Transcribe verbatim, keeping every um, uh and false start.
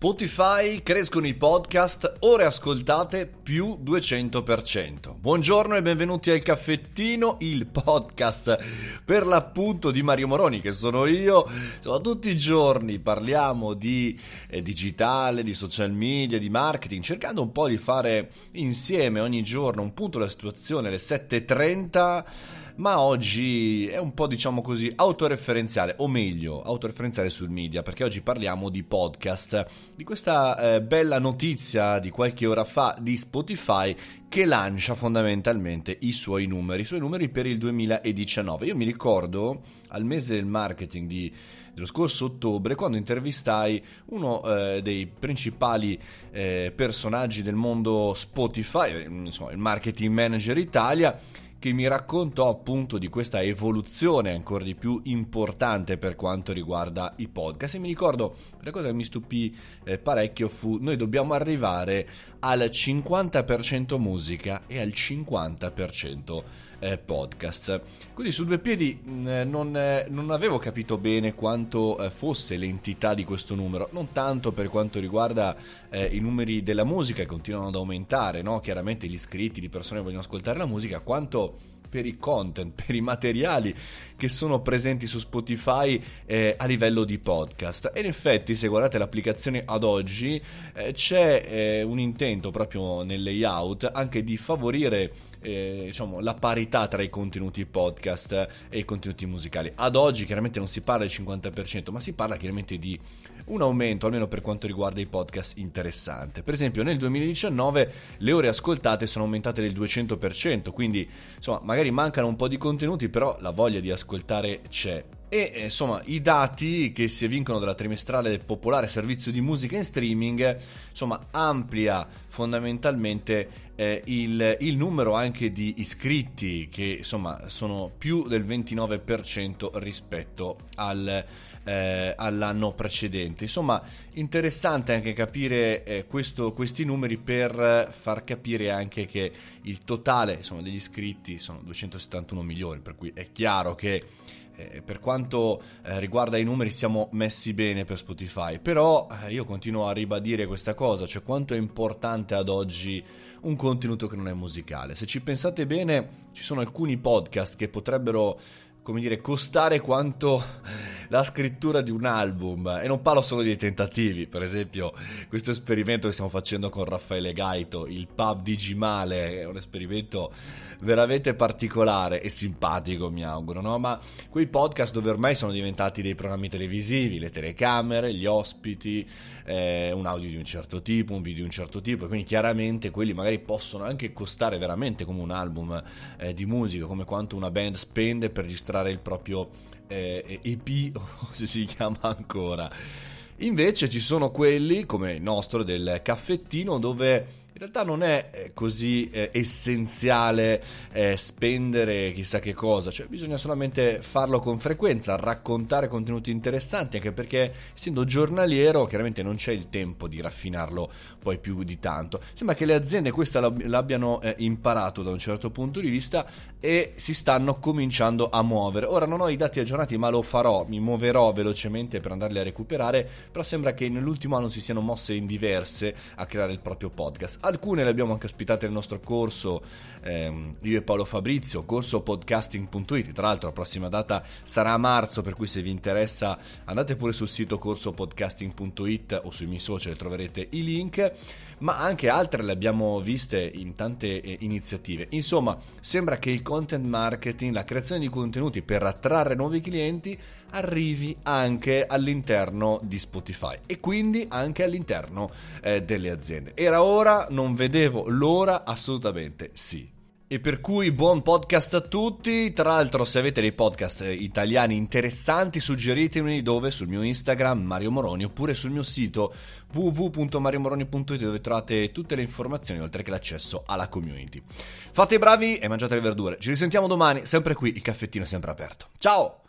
Spotify, crescono i podcast, ore ascoltate più duecento per cento. Buongiorno e benvenuti al Caffettino, il podcast per l'appunto di Mario Moroni, che sono io. Insomma, tutti i giorni parliamo di eh, digitale, di social media, di marketing, cercando un po' di fare insieme ogni giorno un punto della situazione alle sette e trenta. Ma oggi è un po', diciamo così, autoreferenziale, o meglio, autoreferenziale sul media, perché oggi parliamo di podcast, di questa eh, bella notizia di qualche ora fa di Spotify che lancia fondamentalmente i suoi numeri, i suoi numeri per il duemiladiciannove. Io mi ricordo al mese del marketing di dello scorso ottobre, quando intervistai uno eh, dei principali eh, personaggi del mondo Spotify, insomma il marketing manager Italia, che mi raccontò appunto di questa evoluzione ancora di più importante per quanto riguarda i podcast. E mi ricordo, la cosa che mi stupì eh, parecchio fu: noi dobbiamo arrivare al cinquanta per cento musica e al cinquanta per cento eh, podcast. Così su due piedi mh, non, eh, non avevo capito bene quanto eh, fosse l'entità di questo numero, non tanto per quanto riguarda eh, i numeri della musica che continuano ad aumentare, no? Chiaramente gli iscritti di persone che vogliono ascoltare la musica, quanto per i content, per i materiali che sono presenti su Spotify eh, a livello di podcast. E in effetti, se guardate l'applicazione ad oggi, eh, c'è eh, un intento proprio nel layout anche di favorire eh, diciamo la parità tra i contenuti podcast e i contenuti musicali. Ad oggi chiaramente non si parla del cinquanta per cento, ma si parla chiaramente di un aumento, almeno per quanto riguarda i podcast, interessante. Per esempio nel duemiladiciannove le ore ascoltate sono aumentate del duecento per cento, quindi insomma magari mancano un po' di contenuti, però la voglia di ascoltare c'è. E insomma i dati che si evincono dalla trimestrale del popolare servizio di musica in streaming insomma amplia fondamentalmente eh, il, il numero anche di iscritti, che insomma sono più del ventinove per cento rispetto al Eh, all'anno precedente. Insomma, interessante anche capire eh, questo, questi numeri per far capire anche che il totale insomma degli iscritti sono duecentosettantuno milioni, per cui è chiaro che eh, per quanto eh, riguarda i numeri siamo messi bene per Spotify. Però eh, io continuo a ribadire questa cosa, cioè quanto è importante ad oggi un contenuto che non è musicale. Se ci pensate bene, ci sono alcuni podcast che potrebbero, come dire, costare quanto la scrittura di un album. E non parlo solo dei tentativi, per esempio questo esperimento che stiamo facendo con Raffaele Gaito, il pub di Gimale, è un esperimento veramente particolare e simpatico, mi auguro, no? Ma quei podcast dove ormai sono diventati dei programmi televisivi, le telecamere, gli ospiti, eh, un audio di un certo tipo, un video di un certo tipo, e quindi chiaramente quelli magari possono anche costare veramente come un album eh, di musica, come quanto una band spende per registrare il proprio eh, E P, o se si chiama ancora. Invece ci sono quelli come il nostro del Caffettino, dove in realtà non è così eh, essenziale eh, spendere chissà che cosa, cioè bisogna solamente farlo con frequenza, raccontare contenuti interessanti, anche perché essendo giornaliero chiaramente non c'è il tempo di raffinarlo poi più di tanto. Sembra che le aziende questa l'abbiano eh, imparato da un certo punto di vista e si stanno cominciando a muovere. Ora non ho i dati aggiornati, ma lo farò, mi muoverò velocemente per andarli a recuperare, però sembra che nell'ultimo anno si siano mosse in diverse a creare il proprio podcast. Alcune le abbiamo anche ospitate nel nostro corso, ehm, io e Paolo Fabrizio, corso podcasting punto it. Tra l'altro la prossima data sarà a marzo, per cui se vi interessa andate pure sul sito corso podcasting punto it o sui miei social troverete i link. Ma anche altre le abbiamo viste in tante eh, iniziative. Insomma, sembra che il content marketing, la creazione di contenuti per attrarre nuovi clienti, arrivi anche all'interno di Spotify e quindi anche all'interno eh, delle aziende. Era ora, non vedevo l'ora, assolutamente sì. E per cui buon podcast a tutti. Tra l'altro, se avete dei podcast italiani interessanti, suggeritemi dove, sul mio Instagram Mario Moroni, oppure sul mio sito w w w punto mario moroni punto it, dove trovate tutte le informazioni oltre che l'accesso alla community. Fate i bravi e mangiate le verdure. Ci risentiamo domani, sempre qui, il caffettino è sempre aperto. Ciao!